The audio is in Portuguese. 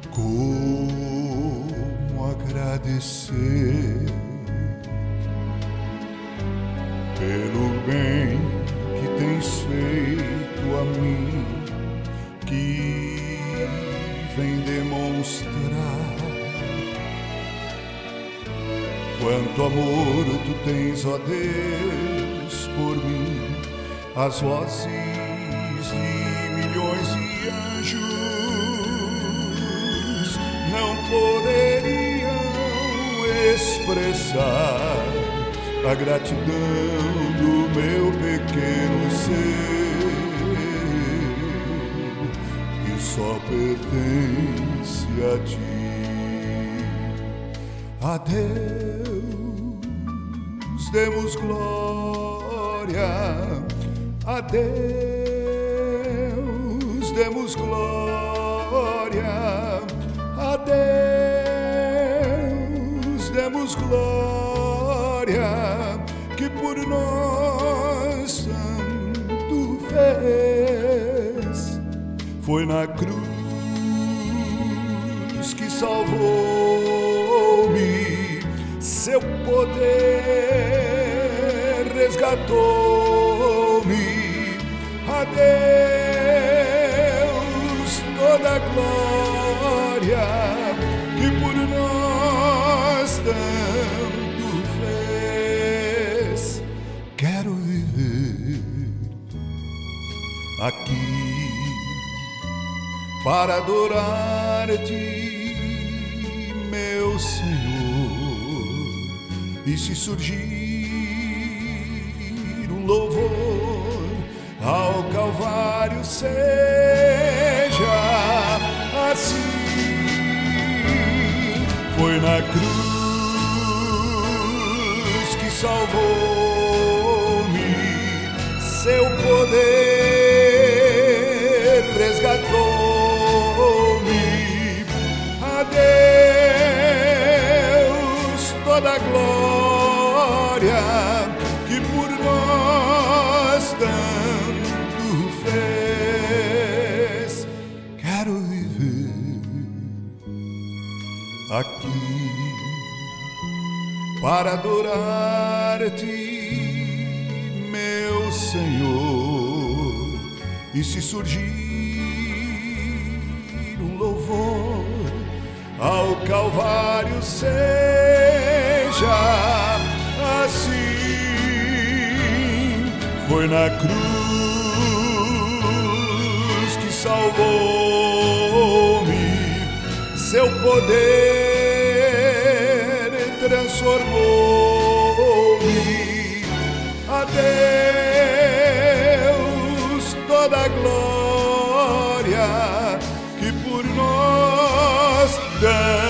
Como agradecer pelo bem que tens feito a mim, que vem demonstrar quanto amor tu tens, ó Deus, por mim. As vozes de milhões de anjos não poderiam expressar a gratidão do meu pequeno ser, que só pertence a ti. A Deus demos glória, a Deus demos glória, a Deus demos glória, que por nós tanto fez. Foi na cruz que salvou-me, seu poder resgatou-me. A Deus toda a glória, que por nós tanto fez. Quero viver aqui para adorar-te, meu Senhor, e se surgir um louvor ao Calvário, seja assim. Foi na cruz que salvou-me, seu poder resgatou-me. A Deus toda a glória, que por nós tanto fez. Quero viver aqui para adorar-te, meu Senhor, e se surgir um louvor ao Calvário, seja assim. Foi na cruz que salvou-me, seu poder transformou-me. A Deus toda a glória, que por nós